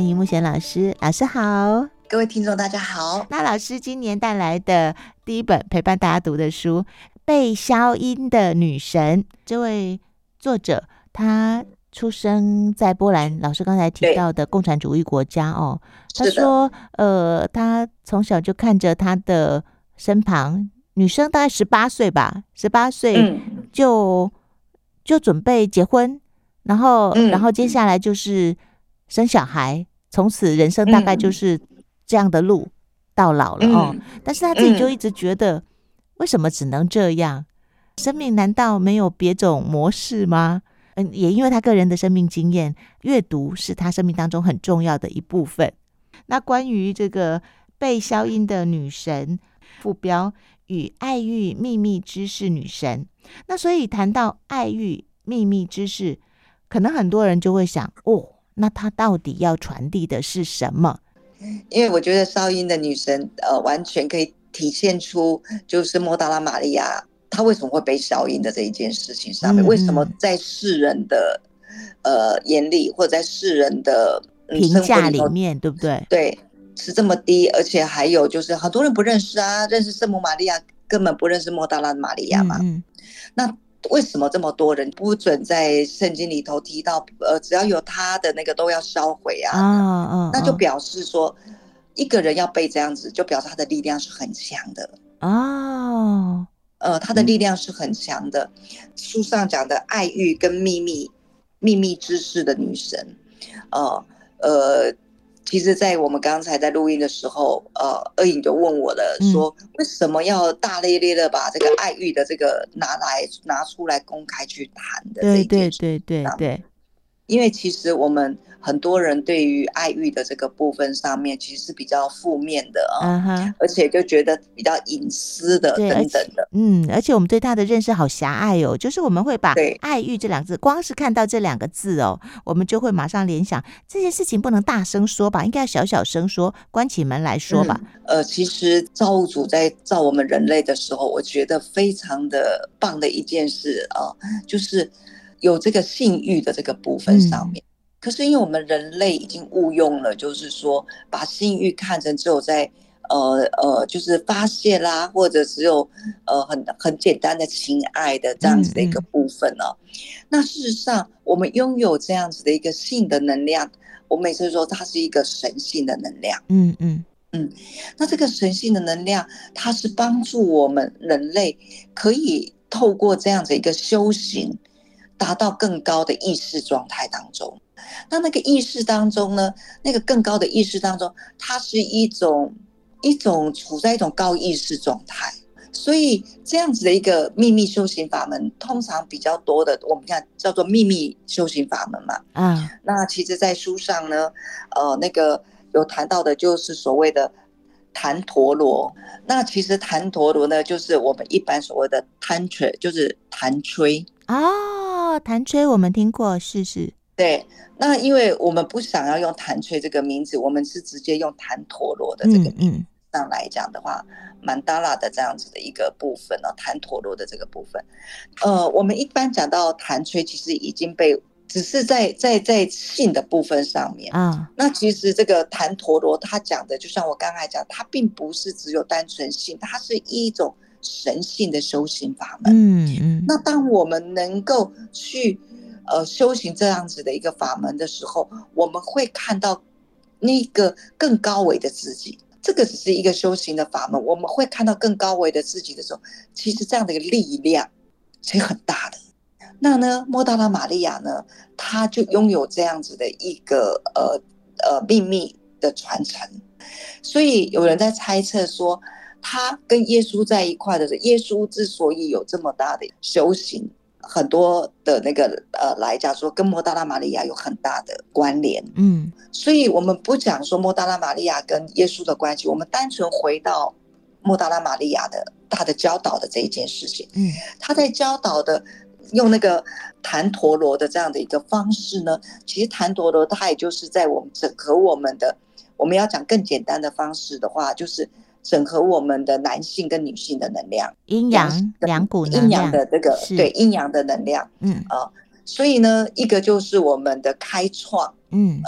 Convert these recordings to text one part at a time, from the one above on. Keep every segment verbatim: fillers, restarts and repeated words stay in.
欢迎慕贤老师。老师好。 各位听众大家好。 那老师今年带来的第一本陪伴大家读的书《被消音的女神》，这位作者他出生在波兰，老师刚才提到的共产主义国家哦。他说呃，他从小就看着他的身旁女生大概十八岁吧，十八岁就、嗯、就准备结婚，然后、嗯、然后接下来就是生小孩，从此人生大概就是这样的路到老了哦。嗯、但是他自己就一直觉得、嗯、为什么只能这样，生命难道没有别种模式吗？嗯，也因为他个人的生命经验，阅读是他生命当中很重要的一部分。那关于这个被消音的女神，副标与爱欲秘密知识女神，那所以谈到爱欲秘密知识，可能很多人就会想，哦，那她到底要传递的是什么？ 因为我觉得消音的女神呃，完全可以体现出就是莫大拉玛利亚她为什么会被消音的这一件事情上面，嗯嗯为什么在世人的呃眼里或者在世人的、 嗯、评价里面，对不对？ 对，是这么低，而且还有就是很多人不认识啊，认识圣母玛利亚根本不认识莫大拉玛利亚嘛。嗯嗯那为什么这么多人不准在圣经里头提到呃，只要有他的那个都要烧毁啊？哦哦、那就表示说一个人要被这样子，就表示他的力量是很强的哦。呃，他的力量是很强的。书上讲的爱欲跟秘密秘密知识的女神，呃呃。其实在我们刚才在录音的时候呃，二颖就问我了，说为什么要大咧咧的把这个爱欲的这个拿来拿出来公开去谈的这一件事。 对对对对对， 因为其实我们很多人对于爱欲的这个部分上面其实是比较负面的啊、哦，uh-huh. 而且就觉得比较隐私的等等的。 嗯，而且我们对他的认识好狭隘哦，就是我们会把爱欲这两个字，光是看到这两个字哦，我们就会马上联想这件事情不能大声说吧，应该要小小声说，关起门来说吧。 嗯、呃，其实造物主在造我们人类的时候，我觉得非常的棒的一件事啊、呃，就是有这个性欲的这个部分上面。嗯，可是因为我们人类已经误用了，就是说把性欲看成只有在呃呃，就是发泄啦，或者只有呃很很简单的情爱的这样子的一个部分哦。嗯嗯那事实上，我们拥有这样子的一个性的能量，我每次说它是一个神性的能量。嗯嗯嗯，那这个神性的能量，它是帮助我们人类可以透过这样子一个修行，达到更高的意识状态当中。那那个意识当中呢，那个更高的意识当中，它是一种一种处在一种高意识状态。所以这样子的一个秘密修行法门，通常比较多的我们看叫做秘密修行法门嘛。啊，那其实在书上呢呃，那个有谈到的就是所谓的檀陀罗。那其实檀陀罗呢，就是我们一般所谓的 tantra， 就是弹吹。 哦，弹吹我们听过，是是。 对，那因为我们不想要用弹吹这个名字，我们是直接用檀陀罗的这个名字上来讲的话，曼达拉的这样子的一个部分哦，檀陀罗的这个部分，呃，我们一般讲到弹吹，其实已经被只是在在在性的部分上面啊。那其实这个檀陀罗他讲的，就像我刚才讲，它并不是只有单纯性，它是一种神性的修行法门。嗯嗯。那当我们能够去呃，修行这样子的一个法门的时候，我们会看到那个更高维的自己。这个只是一个修行的法门，我们会看到更高维的自己的时候，其实这样的一个力量是很大的。那呢，莫大拉玛利亚呢，她就拥有这样子的一个呃呃秘密的传承。所以有人在猜测说，她跟耶稣在一块的时候，耶稣之所以有这么大的修行，很多的那个呃来讲说跟莫大拉玛利亚有很大的关联。嗯，所以我们不讲说莫大拉玛利亚跟耶稣的关系，我们单纯回到莫大拉玛利亚的他的教导的这一件事情。嗯，他在教导的用那个檀陀罗的这样的一个方式呢，其实檀陀罗它也就是在我们整合我们的，我们要讲更简单的方式的话，就是整合我们的男性跟女性的能量， 阴阳两股能量， 阴阳的这个对阴阳的能量。嗯、呃、所以呢，一个就是我们的开创，嗯呃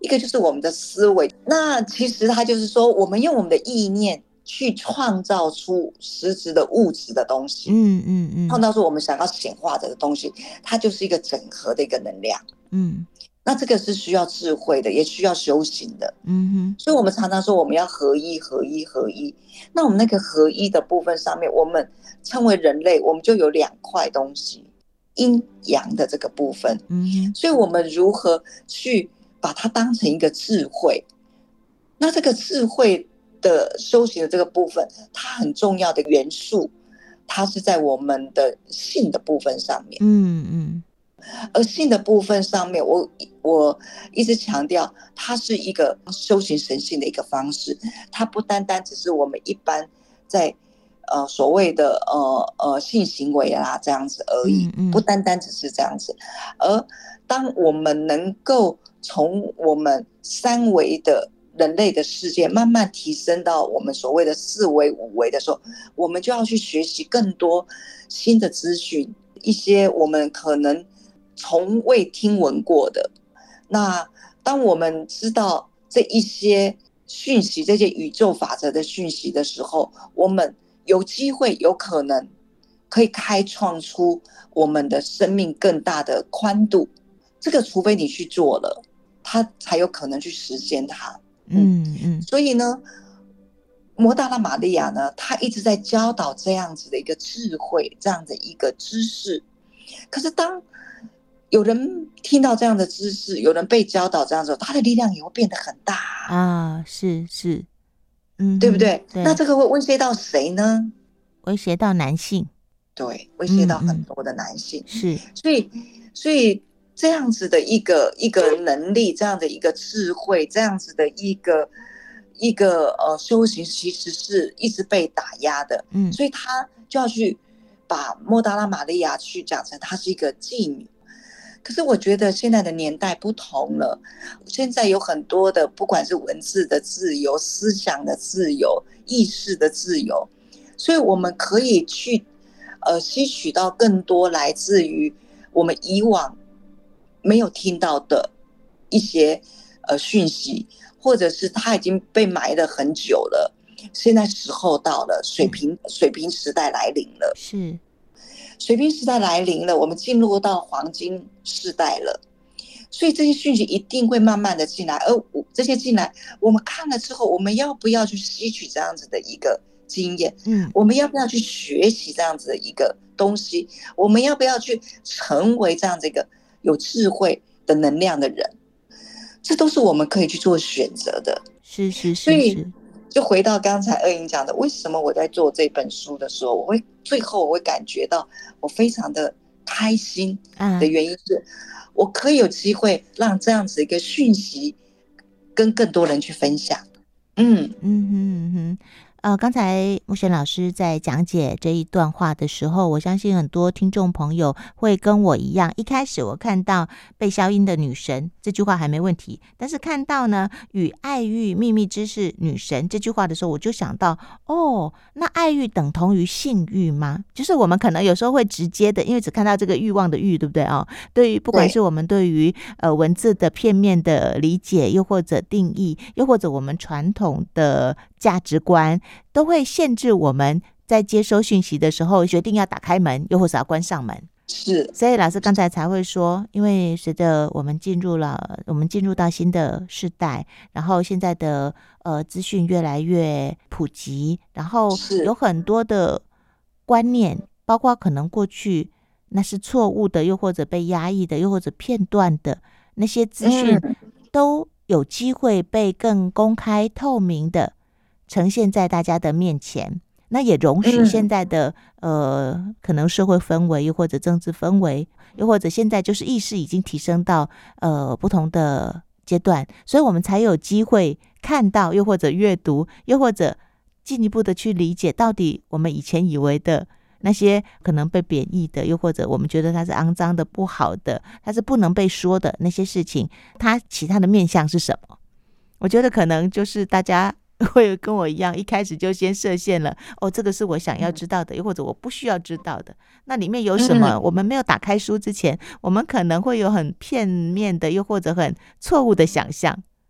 一个就是我们的思维。那其实它就是说，我们用我们的意念去创造出实质的物质的东西， 嗯嗯嗯， 创造出我们想要显化的东西，它就是一个整合的一个能量。 嗯， 那这个是需要智慧的，也需要修行的。 嗯哼， 所以我们常常说我们要合一合一合一。那我们那个合一的部分上面，我们称为人类，我们就有两块东西，阴阳的这个部分。 嗯哼， 所以我们如何去把它当成一个智慧，那这个智慧的修行的这个部分，它很重要的元素，它是在我们的性的部分上面。 嗯嗯， 而性的部分上面，我我一直强调，它是一个修行神性的一个方式，它不单单只是我们一般在呃所谓的呃呃性行为啊这样子而已， 嗯嗯， 不单单只是这样子。而当我们能够从我们三维的人类的世界慢慢提升到我们所谓的四维五维的时候，我们就要去学习更多新的资讯，一些我们可能从未听闻过的。那当我们知道这一些讯息，这些宇宙法则的讯息的时候，我们有机会有可能可以开创出我们的生命更大的宽度。这个除非你去做了，它才有可能去实现它。 嗯嗯， 所以呢，摩达拉玛利亚呢，她一直在教导这样子的一个智慧，这样的一个知识。可是当有人听到这样的知识，有人被教导这样子，他的力量也会变得很大啊，是是，嗯， 对不对？ 对， 那这个会威胁到谁呢？ 威胁到男性， 对，威胁到很多的男性。 嗯嗯，是， 所以所以这样子的一个一个能力，这样的一个智慧，这样子的一个一个呃修行，其实是一直被打压的。 嗯， 所以他就要去把莫达拉玛利亚去讲成她是一个妓女。可是我觉得现在的年代不同了，现在有很多的，不管是文字的自由、思想的自由、意识的自由，所以我们可以去呃吸取到更多来自于我们以往没有听到的一些呃讯息，或者是它已经被埋了很久了，现在时候到了，水平水平时代来临了， 是。 水平时代来临了，我们进入到黄金时代了，所以这些讯息一定会慢慢的进来，而这些进来，我们看了之后，我们要不要去吸取这样子的一个经验？嗯，我们要不要去学习这样子的一个东西？我们要不要去成为这样子一个有智慧的能量的人？这都是我们可以去做选择的。 是是是， 所以就回到刚才二莹讲的，为什么我在做这本书的时候，我会最后我会感觉到我非常的开心的原因是，我可以有机会让这样子一个讯息跟更多人去分享。嗯嗯哼嗯哼。呃，刚才木璇老师在讲解这一段话的时候，我相信很多听众朋友会跟我一样，一开始我看到被消音的女神这句话还没问题，但是看到呢与爱欲秘密知识女神这句话的时候，我就想到，哦，那爱欲等同于性欲吗？就是我们可能有时候会直接的，因为只看到这个欲望的欲，对不对哦？对于不管是我们对于呃文字的片面的理解，又或者定义，又或者我们传统的价值观，都会限制我们在接收讯息的时候决定要打开门，又或者要关上门。 是， 所以老师刚才才会说，因为随着我们进入了，我们进入到新的世代，然后现在的呃资讯越来越普及，然后有很多的观念，包括可能过去那是错误的，又或者被压抑的，又或者片段的那些资讯，都有机会被更公开透明的呈现在大家的面前。那也容许现在的、嗯、呃，可能社会氛围，又或者政治氛围，又或者现在就是意识已经提升到呃不同的阶段，所以我们才有机会看到，又或者阅读，又或者进一步的去理解，到底我们以前以为的那些可能被贬义的，又或者我们觉得它是肮脏的、不好的，它是不能被说的那些事情，它其他的面向是什么？我觉得可能就是大家会跟我一样，一开始就先设限了，哦，这个是我想要知道的，又或者我不需要知道的。那里面有什么？我们没有打开书之前，我们可能会有很片面的，又或者很错误的想象。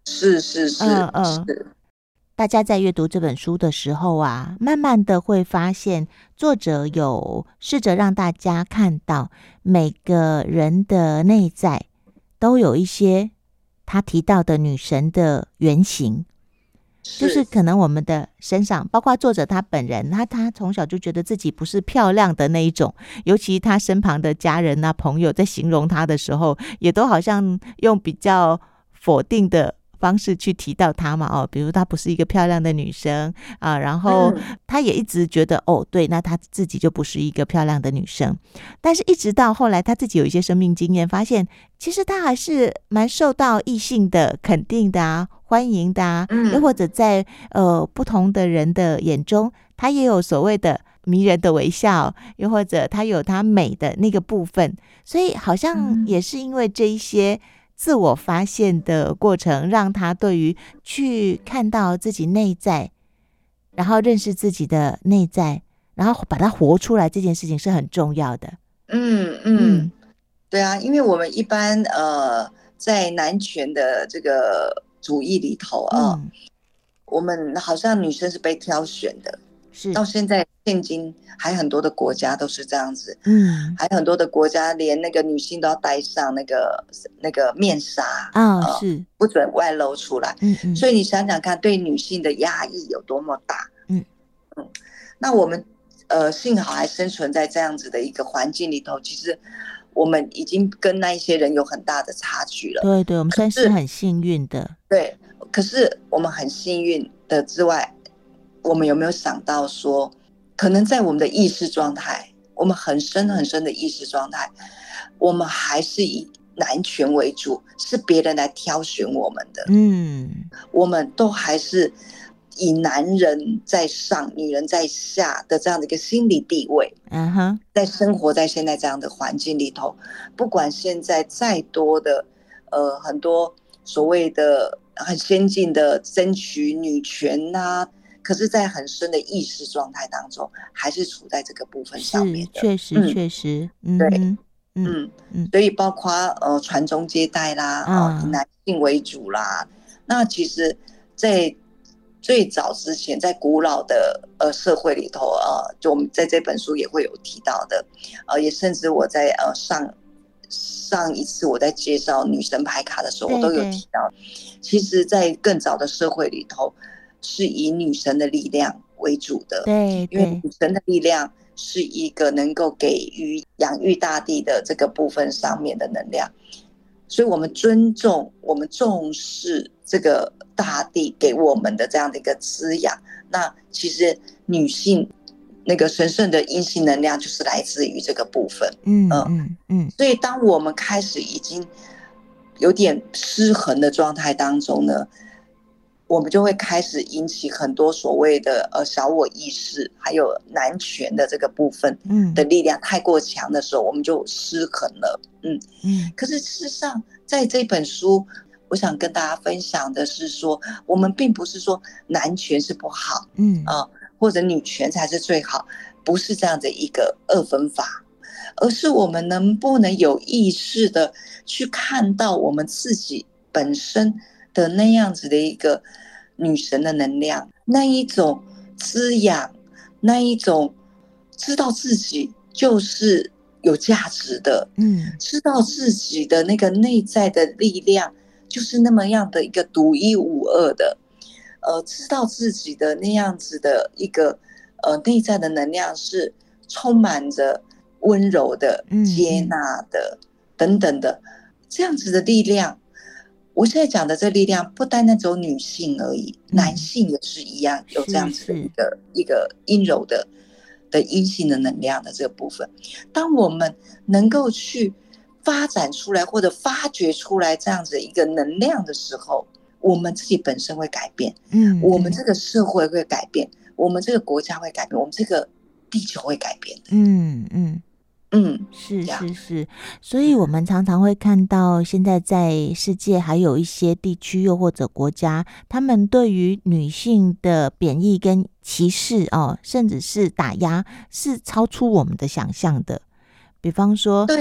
是是是， 嗯嗯， 是。 大家在阅读这本书的时候啊，慢慢的会发现，作者有试着让大家看到每个人的内在都有一些他提到的女神的原型。就是可能我们的身上，包括作者他本人，他他从小就觉得自己不是漂亮的那一种，尤其他身旁的家人啊朋友在形容他的时候，也都好像用比较否定的方式去提到她嘛，哦，比如她不是一个漂亮的女生啊，然后她也一直觉得、嗯、哦，对，那她自己就不是一个漂亮的女生。但是一直到后来她自己有一些生命经验，发现其实她还是蛮受到异性的肯定的啊，欢迎的啊，嗯、又或者在呃不同的人的眼中，她也有所谓的迷人的微笑，又或者她有她美的那个部分，所以好像也是因为这一些自我发现的过程，让他对于去看到自己内在，然后认识自己的内在，然后把它活出来，这件事情是很重要的。 嗯 嗯, 嗯，对啊，因为我们一般呃在男权的这个主义里头啊、嗯，我们好像女生是被挑选的，是到现在现今还很多的国家都是这样子，嗯，还很多的国家连那个女性都要戴上那个那个面纱啊、哦，是、呃、不准外露出来，嗯嗯，所以你想想看，对女性的压抑有多么大，嗯嗯，那我们呃幸好还生存在这样子的一个环境里头，其实我们已经跟那一些人有很大的差距了， 对对，我们算是很幸运的， 对，可是我们很幸运的之外，我们有没有想到说，可能在我们的意识状态，我们很深很深的意识状态，我们还是以男权为主，是别人来挑选我们的，嗯，我们都还是以男人在上女人在下的这样的一个心理地位，嗯哼，在生活在现在这样的环境里头，不管现在再多的呃很多所谓的很先进的争取女权啊，可是在很深的意识状态当中还是处在这个部分上面的， 确实确、嗯、实、嗯、 对，嗯嗯，所以包括呃传宗接代啦、啊、以男性为主啦，那其实在最早之前，在古老的呃社会里头啊、呃，就我们在这本书也会有提到的，呃，也甚至我在呃上上一次我在介绍女神牌卡的时候，我都有提到，其实，在更早的社会里头，是以女神的力量为主的， 对， 因为女神的力量是一个能够给予养育大地的这个部分上面的能量，所以我们尊重，我们重视这个大地给我们的这样的一个滋养。那其实女性那个神圣的阴性能量就是来自于这个部分，嗯嗯嗯。所以当我们开始已经有点失衡的状态当中呢，我们就会开始引起很多所谓的呃小我意识，还有男权的这个部分的力量太过强的时候，我们就失衡了。嗯嗯。可是事实上，在这本书，我想跟大家分享的是说，我们并不是说男权是不好，嗯啊、呃，或者女权才是最好，不是这样的一个二分法，而是我们能不能有意识的去看到我们自己本身的那样子的一个女神的能量，那一种滋养，那一种知道自己就是有价值的，嗯，知道自己的那个内在的力量就是那么样的一个独一无二的，呃，知道自己的那样子的一个呃内在的能量是充满着温柔的、接纳的、嗯、等等的这样子的力量。我现在讲的这力量不单单只有女性而已，嗯、男性也是一样有这样子的一个一个阴柔的的阴性的能量的这个部分。当我们能够去发展出来或者发掘出来这样子一个能量的时候，我们自己本身会改变，嗯，我们这个社会会改变，我们这个国家会改变，我们这个地球会改变的，嗯嗯。 嗯，是是是，所以我们常常会看到现在在世界还有一些地区又或者国家，他们对于女性的贬义跟歧视哦，甚至是打压，是超出我们的想象的。比方说， 对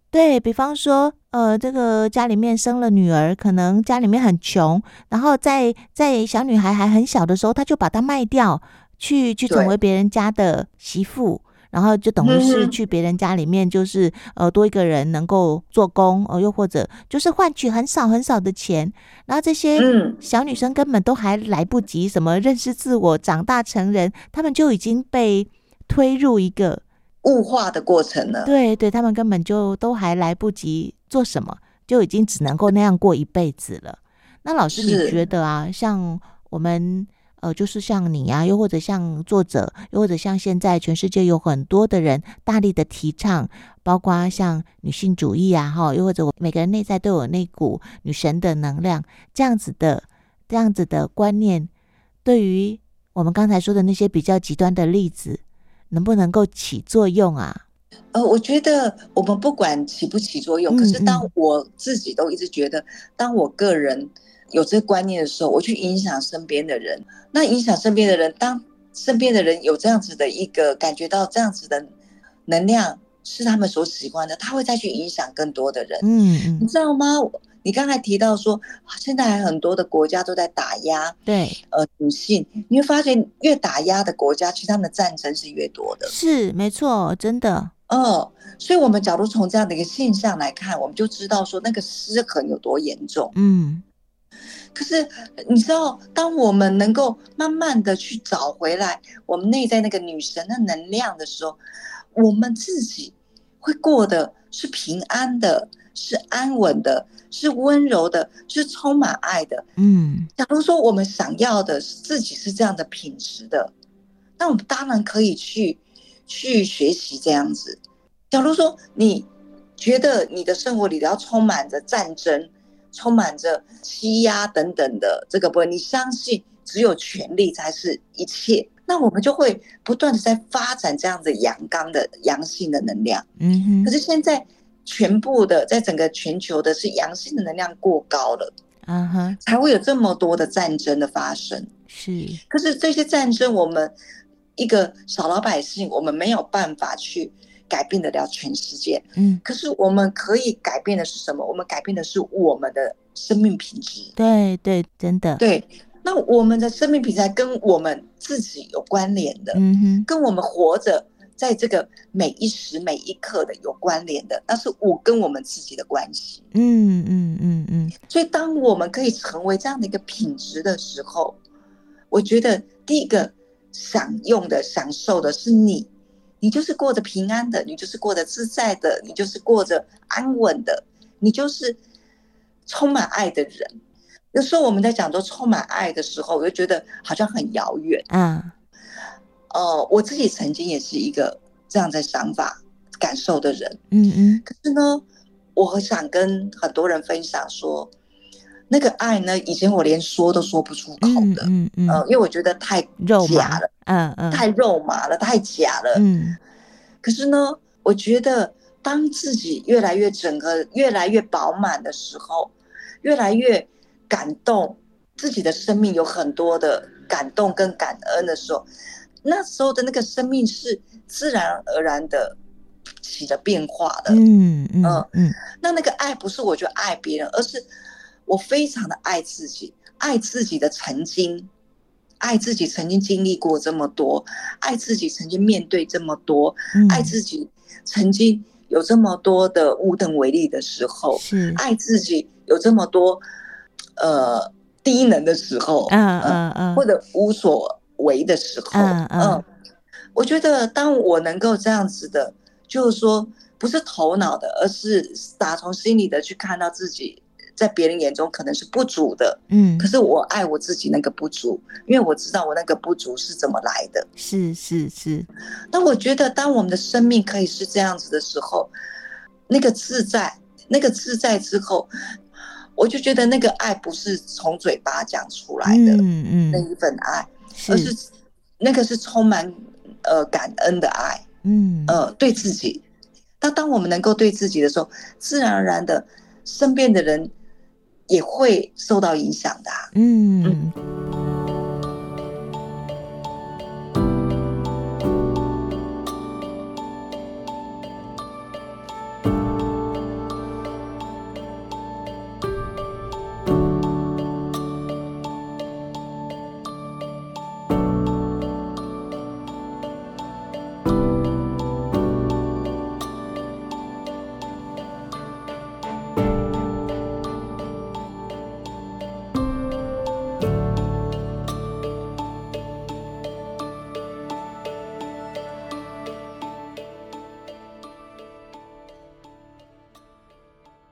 对，比方说呃，这个家里面生了女儿，可能家里面很穷，然后在在小女孩还很小的时候，他就把她卖掉，去去成为别人家的媳妇，然后就等于是去别人家里面，就是呃多一个人能够做工，呃，又或者就是换取很少很少的钱，然后这些小女生根本都还来不及什么认识自我、长大成人，她们就已经被推入一个物化的过程了。 对对，他们根本就都还来不及做什么，就已经只能够那样过一辈子了。那老师，你觉得啊，像我们呃，就是像你啊，又或者像作者，又或者像现在全世界有很多的人大力的提倡，包括像女性主义啊，哈，又或者我每个人内在都有那股女神的能量，这样子的这样子的观念，对于我们刚才说的那些比较极端的例子，能不能够起作用啊？ 呃，我觉得我们不管起不起作用， 嗯嗯， 可是当我自己都一直觉得，当我个人有这个观念的时候，我去影响身边的人，那影响身边的人，当身边的人有这样子的一个感觉到这样子的能量是他们所喜欢的，他会再去影响更多的人。 嗯嗯， 你知道吗？你刚才提到说，现在还很多的国家都在打压， 对， 呃，女性，你会发现越打压的国家，其实他们的战争是越多的。 是没错，真的。 哦，所以我们假如从这样的一个现象来看，我们就知道说那个失衡有多严重。 嗯， 可是你知道，当我们能够慢慢的去找回来我们内在那个女神的能量的时候，我们自己会过得是平安的，是安稳的，是温柔的，是充满爱的。 嗯， 假如说我们想要的自己是这样的品质的，那我们当然可以去去学习这样子。假如说你觉得你的生活里要充满着战争，充满着欺压等等的这个部分，你相信只有权力才是一切，那我们就会不断的在发展这样子阳刚的阳性的能量。 嗯哼， 可是现在全部的在整个全球的是阳性的能量过高了， 啊哈， 才会有这么多的战争的发生。 是， 可是这些战争，我们一个小老百姓，我们没有办法去改变得了全世界。 嗯， 可是我们可以改变的是什么？我们改变的是我们的生命品质。 对对，真的， 对，那我们的生命品质跟我们自己有关联的， 嗯哼， 跟我们活着在这个每一时每一刻的有关联的，那是我跟我们自己的关系。 嗯嗯嗯嗯， 所以当我们可以成为这样的一个品质的时候，我觉得第一个享用的享受的是你，你就是过着平安的，你就是过着自在的，你就是过着安稳的，你就是充满爱的人。有时候我们在讲说充满爱的时候，我就觉得好像很遥远啊， 呃，我自己曾经也是一个这样的想法感受的人， 嗯嗯， 可是呢，我很想跟很多人分享说，那个爱呢，以前我连说都说不出口的， 嗯嗯嗯， 呃，因为我觉得太假了， 嗯嗯， 太肉麻了，太假了。 嗯， 可是呢，我觉得当自己越来越整个、越来越饱满的时候，越来越感动，自己的生命有很多的感动跟感恩的时候，那时候的那个生命是自然而然的起了变化的。 嗯嗯嗯， 那那个爱不是我就爱别人，而是我非常的爱自己，爱自己的曾经，爱自己曾经经历过这么多，爱自己曾经面对这么多， 嗯爱自己曾经有这么多的无能为力的时候， 是， 爱自己有这么多呃低能的时候， 嗯嗯嗯， 或者无所为的时候， 嗯嗯， 我觉得当我能够这样子的，就是说不是头脑的，而是打从心里的去看到自己在别人眼中可能是不足的， 嗯， 可是我爱我自己那个不足，因为我知道我那个不足是怎么来的。 是是是， 那我觉得当我们的生命可以是这样子的时候，那个自在，那个自在之后，我就觉得那个爱不是从嘴巴讲出来的， 嗯嗯， 那一份爱，而是那个是充满呃感恩的爱， 嗯呃对自己。那当我们能够对自己的时候，自然而然的身边的人也会受到影响的啊。 嗯。